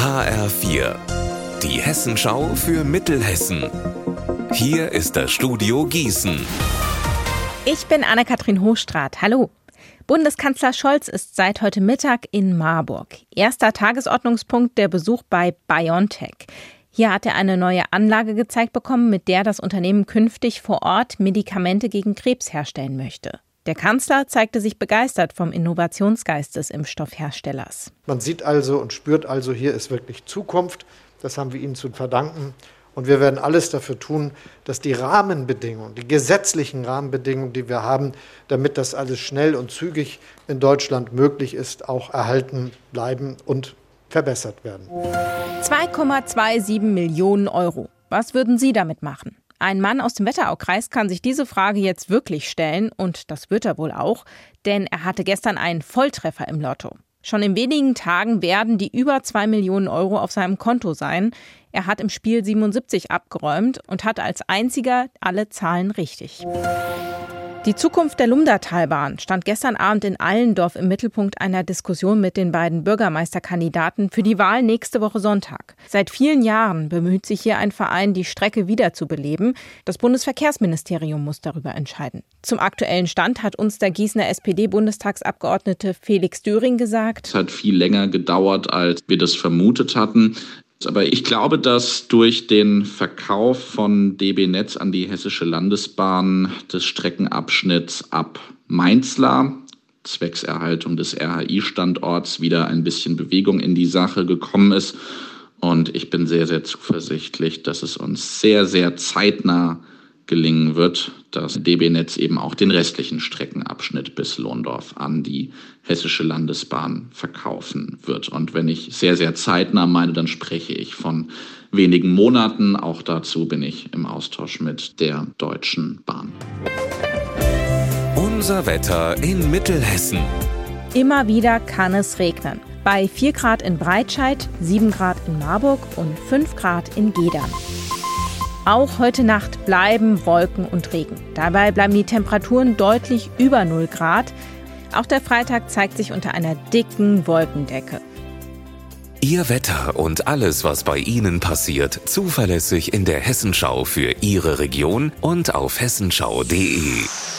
HR4, die Hessenschau für Mittelhessen. Hier ist das Studio Gießen. Ich bin Anne-Kathrin Hochstraat. Hallo. Bundeskanzler Scholz ist seit heute Mittag in Marburg. Erster Tagesordnungspunkt der Besuch bei BioNTech. Hier hat er eine neue Anlage gezeigt bekommen, mit der das Unternehmen künftig vor Ort Medikamente gegen Krebs herstellen möchte. Der Kanzler zeigte sich begeistert vom Innovationsgeist des Impfstoffherstellers. Man sieht also und spürt also, hier ist wirklich Zukunft. Das haben wir Ihnen zu verdanken. Und wir werden alles dafür tun, dass die Rahmenbedingungen, die gesetzlichen Rahmenbedingungen, die wir haben, damit das alles schnell und zügig in Deutschland möglich ist, auch erhalten bleiben und verbessert werden. 2,27 Millionen Euro. Was würden Sie damit machen? Ein Mann aus dem Wetteraukreis kann sich diese Frage jetzt wirklich stellen und das wird er wohl auch, denn er hatte gestern einen Volltreffer im Lotto. Schon in wenigen Tagen werden die über 2 Millionen Euro auf seinem Konto sein. Er hat im Spiel 77 abgeräumt und hat als einziger alle Zahlen richtig. Die Zukunft der Lumdatalbahn stand gestern Abend in Allendorf im Mittelpunkt einer Diskussion mit den beiden Bürgermeisterkandidaten für die Wahl nächste Woche Sonntag. Seit vielen Jahren bemüht sich hier ein Verein, die Strecke wiederzubeleben. Das Bundesverkehrsministerium muss darüber entscheiden. Zum aktuellen Stand hat uns der Gießener SPD-Bundestagsabgeordnete Felix Döring gesagt: Es hat viel länger gedauert, als wir das vermutet hatten. Aber ich glaube, dass durch den Verkauf von DB Netz an die Hessische Landesbahn des Streckenabschnitts ab Mainzlar zwecks Erhaltung des RHI-Standorts wieder ein bisschen Bewegung in die Sache gekommen ist. Und ich bin sehr, sehr zuversichtlich, dass es uns sehr, sehr zeitnah gelingen wird, dass DB Netz eben auch den restlichen Streckenabschnitt bis Lohndorf an die Hessische Landesbahn verkaufen wird. Und wenn ich sehr, sehr zeitnah meine, dann spreche ich von wenigen Monaten. Auch dazu bin ich im Austausch mit der Deutschen Bahn. Unser Wetter in Mittelhessen. Immer wieder kann es regnen. Bei 4 Grad in Breitscheid, 7 Grad in Marburg und 5 Grad in Gedern. Auch heute Nacht bleiben Wolken und Regen. Dabei bleiben die Temperaturen deutlich über 0 Grad. Auch der Freitag zeigt sich unter einer dicken Wolkendecke. Ihr Wetter und alles, was bei Ihnen passiert, zuverlässig in der Hessenschau für Ihre Region und auf hessenschau.de.